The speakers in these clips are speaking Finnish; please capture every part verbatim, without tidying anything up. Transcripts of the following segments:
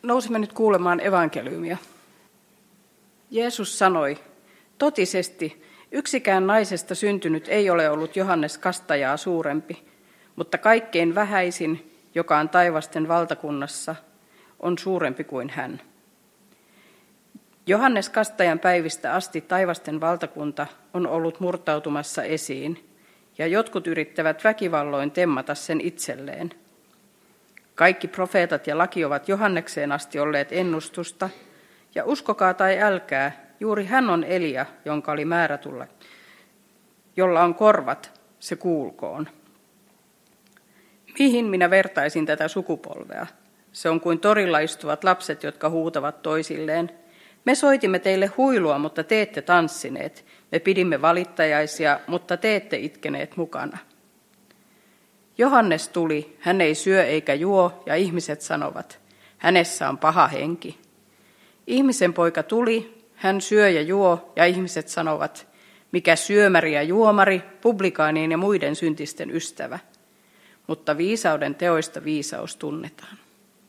Nousemme nyt kuulemaan evankeliumia. Jeesus sanoi, totisesti yksikään naisesta syntynyt ei ole ollut Johannes Kastajaa suurempi, mutta kaikkein vähäisin, joka on taivasten valtakunnassa, on suurempi kuin hän. Johannes Kastajan päivistä asti taivasten valtakunta on ollut murtautumassa esiin, ja jotkut yrittävät väkivalloin temmata sen itselleen. Kaikki profeetat ja laki ovat Johannekseen asti olleet ennustusta, ja uskokaa tai älkää, juuri hän on Elia, jonka oli määrä tulla. Jolla on korvat, se kuulkoon. Mihin minä vertaisin tätä sukupolvea? Se on kuin torilla istuvat lapset, jotka huutavat toisilleen. Me soitimme teille huilua, mutta te ette tanssineet. Me pidimme valittajaisia, mutta te ette itkeneet mukana. Johannes tuli, hän ei syö eikä juo, ja ihmiset sanovat, hänessä on paha henki. Ihmisen poika tuli, hän syö ja juo, ja ihmiset sanovat, mikä syömäri ja juomari, publikaanien ja muiden syntisten ystävä. Mutta viisauden teoista viisaus tunnetaan.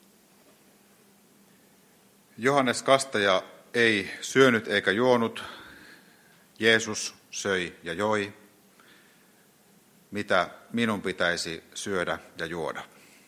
Johannes Kastaja ei syönyt eikä juonut, Jeesus söi ja joi, mitä minun pitäisi syödä ja juoda.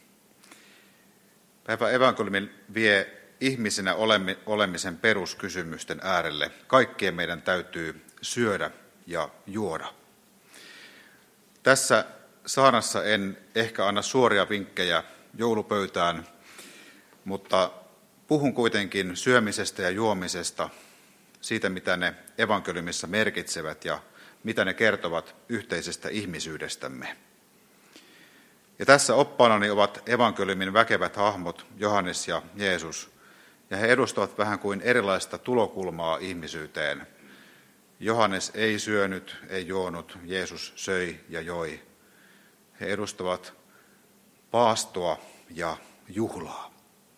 Päivän evankeliumi vie ihmisenä olemisen peruskysymysten äärelle. Kaikkien meidän täytyy syödä ja juoda. Tässä saarnassa en ehkä anna suoria vinkkejä joulupöytään, mutta puhun kuitenkin syömisestä ja juomisesta, siitä mitä ne evankeliumissa merkitsevät ja mitä ne kertovat yhteisestä ihmisyydestämme. Ja tässä oppaanani ovat evankeliumin väkevät hahmot, Johannes ja Jeesus, ja he edustavat vähän kuin erilaista tulokulmaa ihmisyyteen. Johannes ei syönyt, ei juonut, Jeesus söi ja joi. He edustavat paastoa ja juhlaa.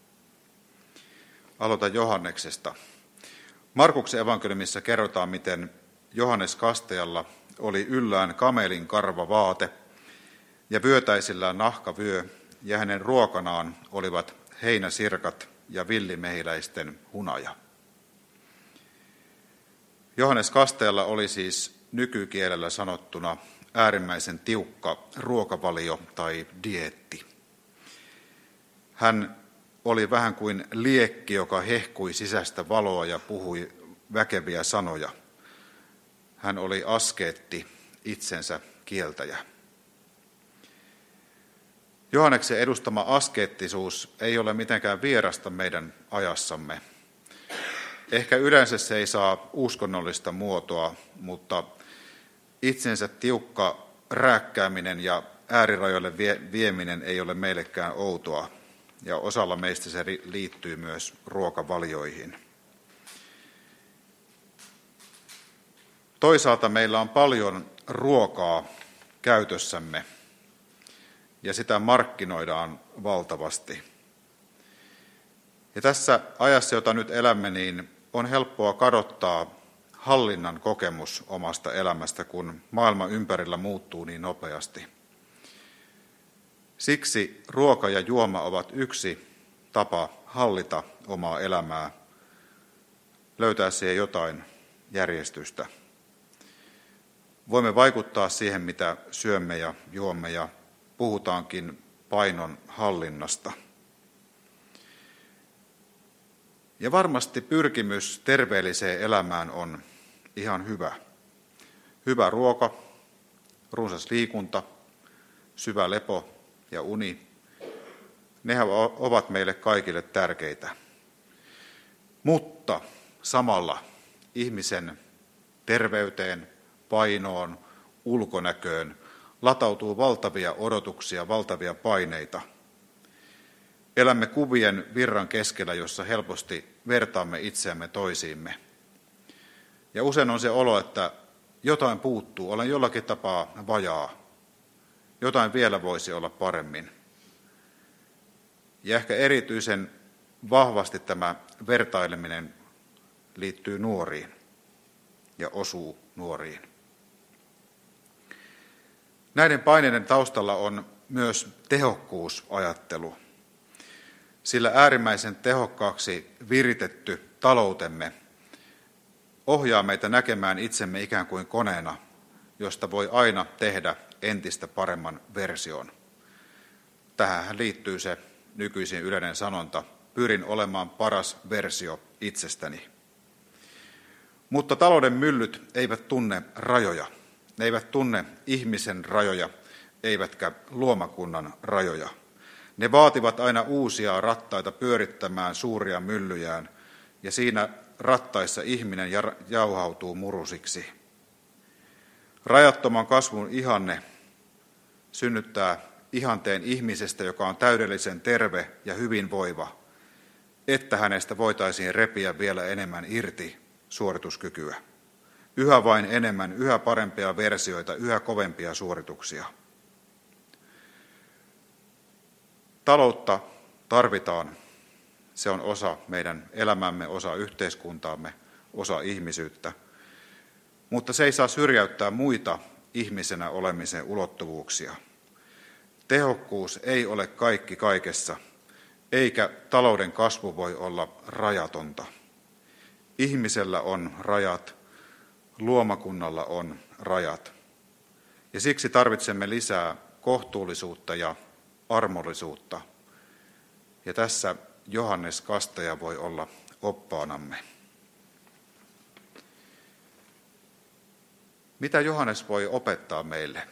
Aloitan Johanneksesta. Markuksen evankeliumissa kerrotaan, miten Johannes Kastajalla oli yllään kamelin karva vaate ja vyötäisillään nahkavyö, ja hänen ruokanaan olivat heinäsirkat ja villimehiläisten hunaja. Johannes Kastajalla oli siis nykykielellä sanottuna äärimmäisen tiukka ruokavalio tai dieetti. Hän oli vähän kuin liekki, joka hehkui sisäistä valoa ja puhui väkeviä sanoja. Hän oli askeetti, itsensä kieltäjä. Johanneksen edustama askeettisuus ei ole mitenkään vierasta meidän ajassamme. Ehkä yleensä se ei saa uskonnollista muotoa, mutta itsensä tiukka rääkkääminen ja äärirajoille vieminen ei ole meillekään outoa, ja osalla meistä se liittyy myös ruokavalioihin. Toisaalta meillä on paljon ruokaa käytössämme, ja sitä markkinoidaan valtavasti. Ja tässä ajassa, jota nyt elämme, niin on helppoa kadottaa hallinnan kokemus omasta elämästä, kun maailma ympärillä muuttuu niin nopeasti. Siksi ruoka ja juoma ovat yksi tapa hallita omaa elämää, löytää siihen jotain järjestystä. Voimme vaikuttaa siihen, mitä syömme ja juomme, ja puhutaankin painon hallinnasta. Ja varmasti pyrkimys terveelliseen elämään on ihan hyvä. Hyvä ruoka, runsas liikunta, syvä lepo ja uni, nehän ovat meille kaikille tärkeitä. Mutta samalla ihmisen terveyteen, painoon, ulkonäköön latautuu valtavia odotuksia, valtavia paineita. Elämme kuvien virran keskellä, jossa helposti vertaamme itseämme toisiimme. Ja usein on se olo, että jotain puuttuu, olen jollakin tapaa vajaa. Jotain vielä voisi olla paremmin. Ja ehkä erityisen vahvasti tämä vertaileminen liittyy nuoriin ja osuu nuoriin. Näiden paineiden taustalla on myös tehokkuusajattelu. sillä äärimmäisen tehokkaaksi viritetty taloutemme ohjaa meitä näkemään itsemme ikään kuin koneena, josta voi aina tehdä entistä paremman version. Tähän liittyy se nykyisin yleinen sanonta, pyrin olemaan paras versio itsestäni. Mutta talouden myllyt eivät tunne rajoja. Ne eivät tunne ihmisen rajoja, eivätkä luomakunnan rajoja. Ne vaativat aina uusia rattaita pyörittämään suuria myllyjään, ja siinä rattaissa ihminen jauhautuu murusiksi. Rajattoman kasvun ihanne synnyttää ihanteen ihmisestä, joka on täydellisen terve ja hyvinvoiva, että hänestä voitaisiin repiä vielä enemmän irti suorituskykyä. Yhä vain enemmän, yhä parempia versioita, yhä kovempia suorituksia. Taloutta tarvitaan. Se on osa meidän elämämme, osa yhteiskuntaamme, osa ihmisyyttä. Mutta se ei saa syrjäyttää muita ihmisenä olemisen ulottuvuuksia. Tehokkuus ei ole kaikki kaikessa, eikä talouden kasvu voi olla rajatonta. Ihmisellä on rajat, luomakunnalla on rajat. Ja siksi tarvitsemme lisää kohtuullisuutta ja armollisuutta. Ja tässä Johannes Kastaja voi olla oppaanamme. Mitä Johannes voi opettaa meille?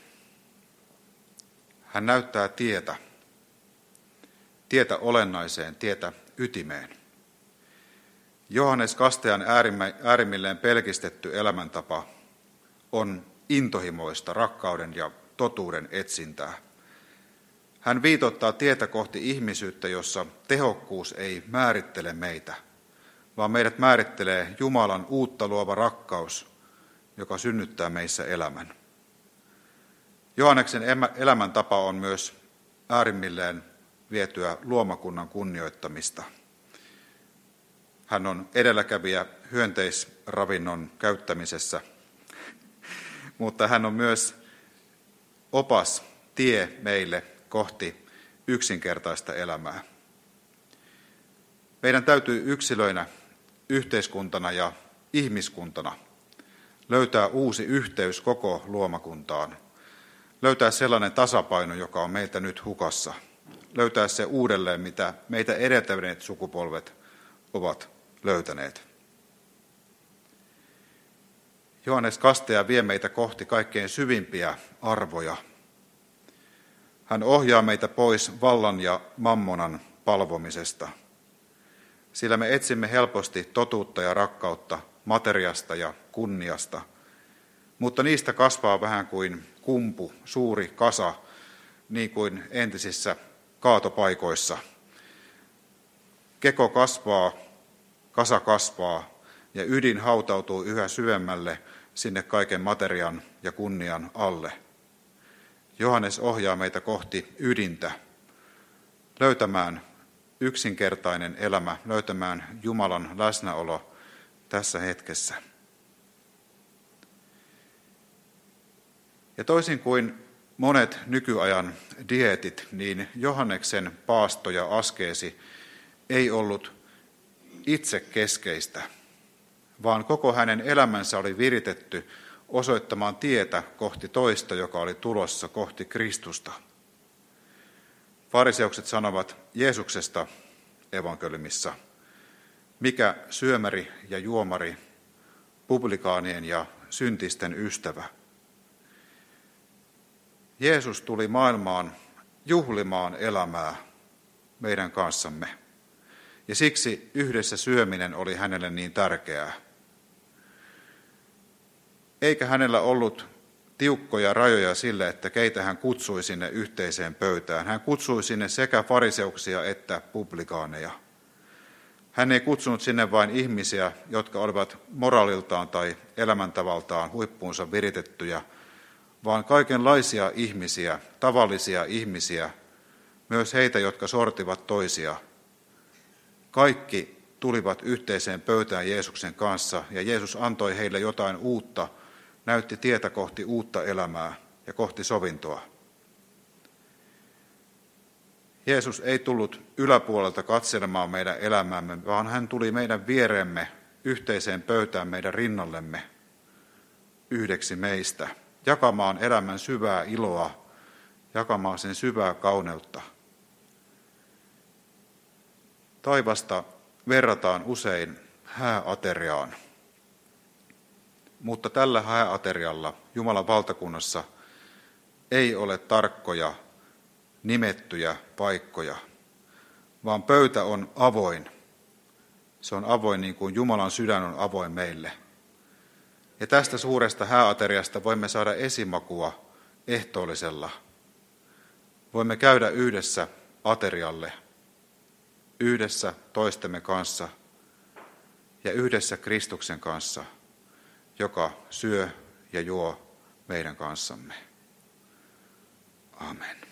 Hän näyttää tietä, tietä olennaiseen, tietä ytimeen. Johannes Kastajan äärimmilleen pelkistetty elämäntapa on intohimoista rakkauden ja totuuden etsintää. Hän viitottaa tietä kohti ihmisyyttä, jossa tehokkuus ei määrittele meitä, vaan meidät määrittelee Jumalan uutta luova rakkaus, joka synnyttää meissä elämän. Johanneksen elämäntapa on myös äärimmilleen vietyä luomakunnan kunnioittamista. Hän on edelläkävijä hyönteisravinnon käyttämisessä, mutta hän on myös opas tie meille kohti yksinkertaista elämää. Meidän täytyy yksilöinä, yhteiskuntana ja ihmiskuntana löytää uusi yhteys koko luomakuntaan. Löytää sellainen tasapaino, joka on meiltä nyt hukassa. Löytää se uudelleen, mitä meitä edeltäneet sukupolvet ovat löytäneet. Johannes Kastaja vie meitä kohti kaikkein syvimpiä arvoja. Hän ohjaa meitä pois vallan ja mammonan palvomisesta, sillä me etsimme helposti totuutta ja rakkautta materiasta ja kunniasta, mutta niistä kasvaa vähän kuin kumpu, suuri kasa, niin kuin entisissä kaatopaikoissa. Keko kasvaa, kasa kasvaa ja ydin hautautuu yhä syvemmälle sinne kaiken materian ja kunnian alle. Johannes ohjaa meitä kohti ydintä, löytämään yksinkertainen elämä, löytämään Jumalan läsnäolo tässä hetkessä. Ja toisin kuin monet nykyajan dieetit, niin Johanneksen paasto ja askeesi ei ollut itsekeskeistä, vaan koko hänen elämänsä oli viritetty osoittamaan tietä kohti toista, joka oli tulossa kohti Kristusta. Fariseukset sanovat Jeesuksesta evankeliumissa, mikä syömäri ja juomari, publikaanien ja syntisten ystävä. Jeesus tuli maailmaan juhlimaan elämää meidän kanssamme, ja siksi yhdessä syöminen oli hänelle niin tärkeää. Eikä hänellä ollut tiukkoja rajoja sille, että keitä hän kutsui sinne yhteiseen pöytään. Hän kutsui sinne sekä fariseuksia että publikaaneja. Hän ei kutsunut sinne vain ihmisiä, jotka olivat moraaliltaan tai elämäntavaltaan huippuunsa viritettyjä, vaan kaikenlaisia ihmisiä, tavallisia ihmisiä, myös heitä, jotka sortivat toisia. Kaikki tulivat yhteiseen pöytään Jeesuksen kanssa, ja Jeesus antoi heille jotain uutta, näytti tietä kohti uutta elämää ja kohti sovintoa. Jeesus ei tullut yläpuolelta katselemaan meidän elämäämme, vaan hän tuli meidän vieremme yhteiseen pöytään meidän rinnallemme yhdeksi meistä, jakamaan elämän syvää iloa, jakamaan sen syvää kauneutta. Taivasta verrataan usein hääateriaan, mutta tällä hääaterialla Jumalan valtakunnassa ei ole tarkkoja, nimettyjä paikkoja, vaan pöytä on avoin. Se on avoin niin kuin Jumalan sydän on avoin meille. Ja tästä suuresta hääateriasta voimme saada esimakua ehtoollisella. Voimme käydä yhdessä aterialle, yhdessä toistemme kanssa ja yhdessä Kristuksen kanssa, joka syö ja juo meidän kanssamme. Amen.